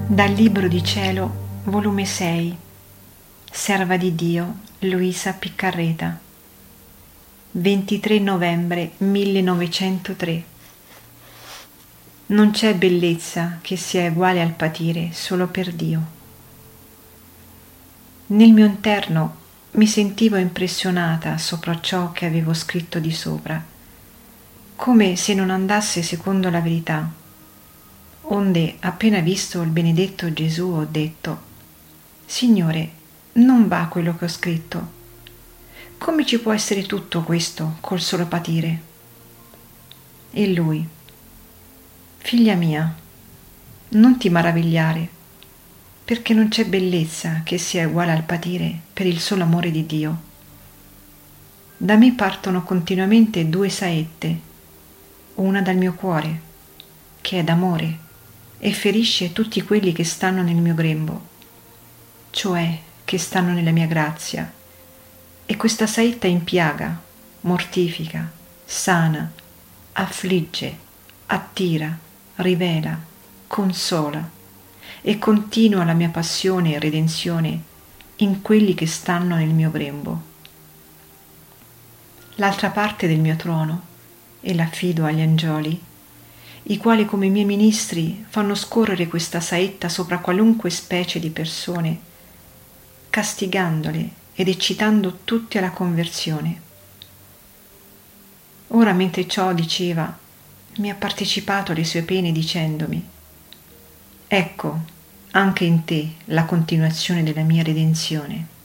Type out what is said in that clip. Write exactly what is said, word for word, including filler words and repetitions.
Dal Libro di Cielo, volume sei, Serva di Dio, Luisa Piccarreta, ventitré novembre millenovecentotre. Non c'è bellezza che sia uguale al patire solo per Dio. Nel mio interno mi sentivo impressionata sopra ciò che avevo scritto di sopra, come se non andasse secondo la verità. Onde, appena visto il benedetto Gesù, ho detto: Signore, non va quello che ho scritto. Come ci può essere tutto questo col solo patire? E lui: Figlia mia, non ti maravigliare, perché non c'è bellezza che sia uguale al patire per il solo amore di Dio. Da me partono continuamente due saette, una dal mio cuore, che è d'amore, e ferisce tutti quelli che stanno nel mio grembo, cioè che stanno nella mia grazia, e questa saetta impiaga, mortifica, sana, affligge, attira, rivela, consola e continua la mia passione e redenzione in quelli che stanno nel mio grembo. L'altra parte del mio trono, e l'affido agli angioli, i quali come miei ministri fanno scorrere questa saetta sopra qualunque specie di persone, castigandole ed eccitando tutti alla conversione. Ora, mentre ciò diceva, mi ha partecipato alle sue pene dicendomi: ecco anche in te la continuazione della mia redenzione.